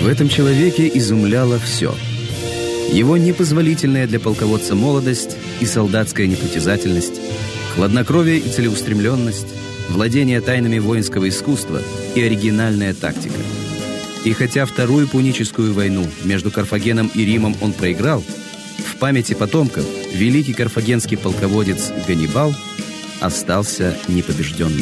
этом человеке изумляло все. Его непозволительная для полководца молодость и солдатская непритязательность, хладнокровие и целеустремленность, владение тайнами воинского искусства и оригинальная тактика. И хотя Вторую Пуническую войну между Карфагеном и Римом он проиграл, в памяти потомков великий карфагенский полководец Ганнибал остался непобежденным.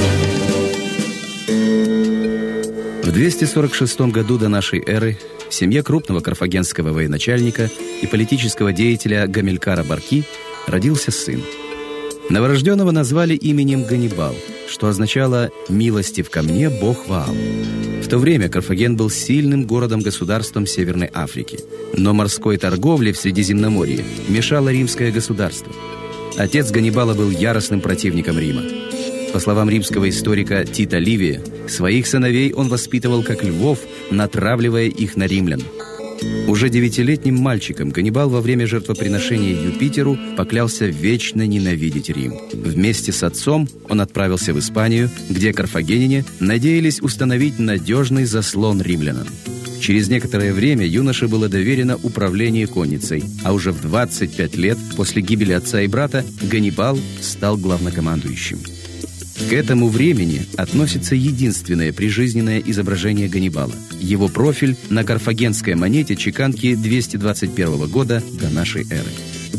В 246 году до нашей эры в семье крупного карфагенского военачальника и политического деятеля Гамилькара Барки родился сын. Новорожденного назвали именем Ганнибал, что означало «милостив ко мне Бог Ваал». В то время Карфаген был сильным городом-государством Северной Африки, но морской торговле в Средиземноморье мешало римское государство. Отец Ганнибала был яростным противником Рима. По словам римского историка Тита Ливия, своих сыновей он воспитывал как львов, натравливая их на римлян. Уже 9-летним мальчиком Ганнибал во время жертвоприношения Юпитеру поклялся вечно ненавидеть Рим. Вместе с отцом он отправился в Испанию, где карфагеняне надеялись установить надежный заслон римлянам. Через некоторое время юноше было доверено управление конницей, а уже в 25 лет после гибели отца и брата Ганнибал стал главнокомандующим. К этому времени относится единственное прижизненное изображение Ганнибала. Его профиль на карфагенской монете чеканки 221 года до нашей эры.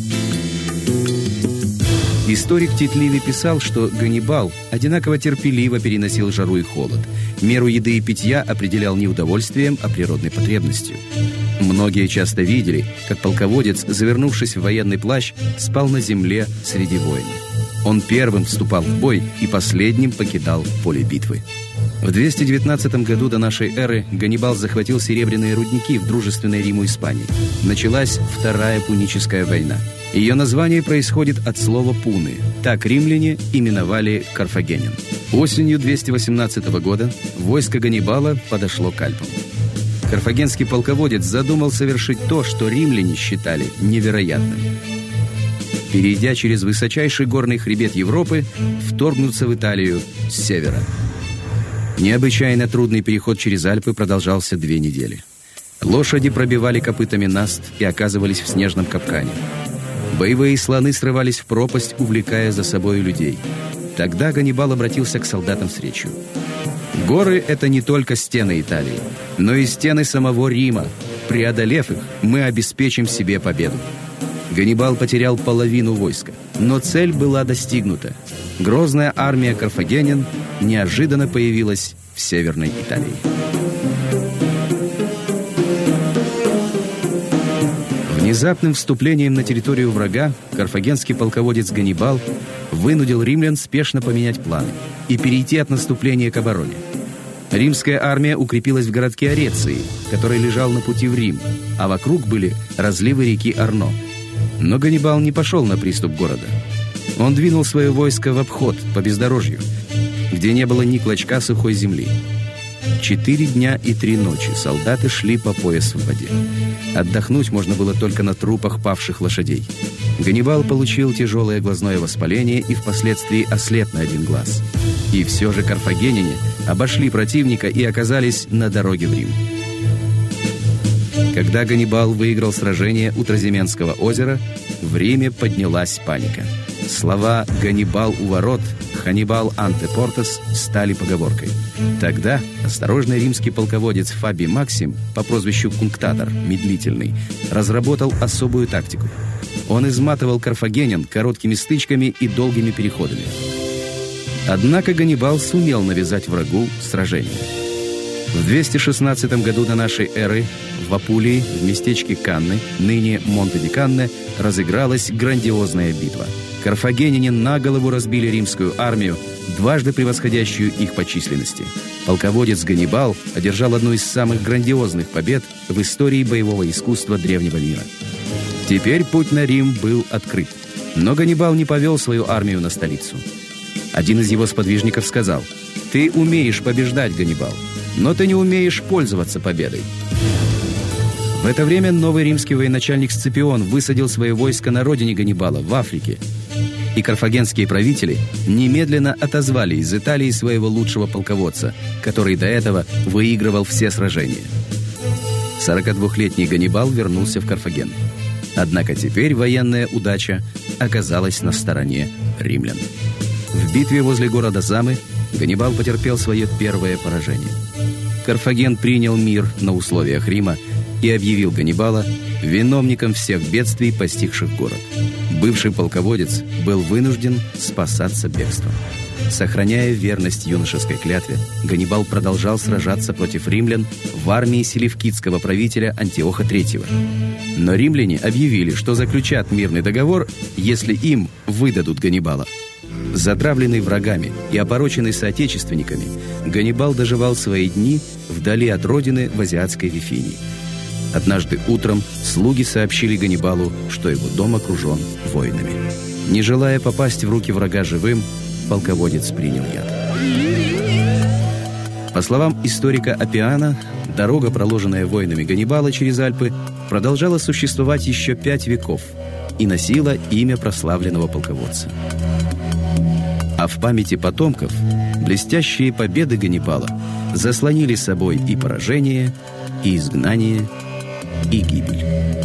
Историк Тит Ливий писал, что Ганнибал одинаково терпеливо переносил жару и холод. Меру еды и питья определял не удовольствием, а природной потребностью. Многие часто видели, как полководец, завернувшись в военный плащ, спал на земле среди войн. Он первым вступал в бой и последним покидал поле битвы. В 219 году до нашей эры Ганнибал захватил серебряные рудники в дружественной Риму Испании. Началась Вторая Пуническая война. Ее название происходит от слова «пуны». Так римляне именовали карфагенян. Осенью 218 года войско Ганнибала подошло к Альпам. Карфагенский полководец задумал совершить то, что римляне считали невероятным. Перейдя через высочайший горный хребет Европы, вторгнуться в Италию с севера. Необычайно трудный переход через Альпы продолжался 2 недели. Лошади пробивали копытами наст и оказывались в снежном капкане. Боевые слоны срывались в пропасть, увлекая за собой людей. Тогда Ганнибал обратился к солдатам с речью. «Горы — это не только стены Италии, но и стены самого Рима. Преодолев их, мы обеспечим себе победу». Ганнибал потерял половину войска, но цель была достигнута. Грозная армия карфагенян неожиданно появилась в Северной Италии. Внезапным вступлением на территорию врага карфагенский полководец Ганнибал вынудил римлян спешно поменять планы и перейти от наступления к обороне. Римская армия укрепилась в городке Ореции, который лежал на пути в Рим, а вокруг были разливы реки Арно. Но Ганнибал не пошел на приступ города. Он двинул свое войско в обход по бездорожью, где не было ни клочка сухой земли. 4 дня и 3 ночи солдаты шли по пояс в воде. Отдохнуть можно было только на трупах павших лошадей. Ганнибал получил тяжелое глазное воспаление и впоследствии ослеп на 1 глаз. И все же карфагеняне обошли противника и оказались на дороге в Рим. Когда Ганнибал выиграл сражение у Тразименского озера, в Риме поднялась паника. Слова «Ганнибал у ворот», «Ханнибал анте портас» стали поговоркой. Тогда осторожный римский полководец Фабий Максим по прозвищу Кунктатор, медлительный, разработал особую тактику. Он изматывал карфагенян короткими стычками и долгими переходами. Однако Ганнибал сумел навязать врагу сражение. В 216 году до нашей эры в Апулии, в местечке Канны, ныне Монте-ди-Канне, разыгралась грандиозная битва. Карфагеняне на голову разбили римскую армию, дважды превосходящую их по численности. Полководец Ганнибал одержал одну из самых грандиозных побед в истории боевого искусства древнего мира. Теперь путь на Рим был открыт. Но Ганнибал не повел свою армию на столицу. Один из его сподвижников сказал: «Ты умеешь побеждать, Ганнибал, но ты не умеешь пользоваться победой». В это время новый римский военачальник Сципион высадил свое войско на родине Ганнибала, в Африке. И карфагенские правители немедленно отозвали из Италии своего лучшего полководца, который до этого выигрывал все сражения. 42-летний Ганнибал вернулся в Карфаген. Однако теперь военная удача оказалась на стороне римлян. В битве возле города Замы Ганнибал потерпел свое первое поражение. Карфаген принял мир на условиях Рима и объявил Ганнибала виновником всех бедствий, постигших город. Бывший полководец был вынужден спасаться бегством. Сохраняя верность юношеской клятве, Ганнибал продолжал сражаться против римлян в армии селевкидского правителя Антиоха III. Но римляне объявили, что заключат мирный договор, если им выдадут Ганнибала. Затравленный врагами и опороченный соотечественниками, Ганнибал доживал свои дни вдали от родины в азиатской Вифинии. Однажды утром слуги сообщили Ганнибалу, что его дом окружен воинами. Не желая попасть в руки врага живым, полководец принял яд. По словам историка Аппиана, дорога, проложенная воинами Ганнибала через Альпы, продолжала существовать еще 5 веков и носила имя прославленного полководца. А в памяти потомков блестящие победы Ганнибала заслонили собой и поражение, и изгнание, и гибель.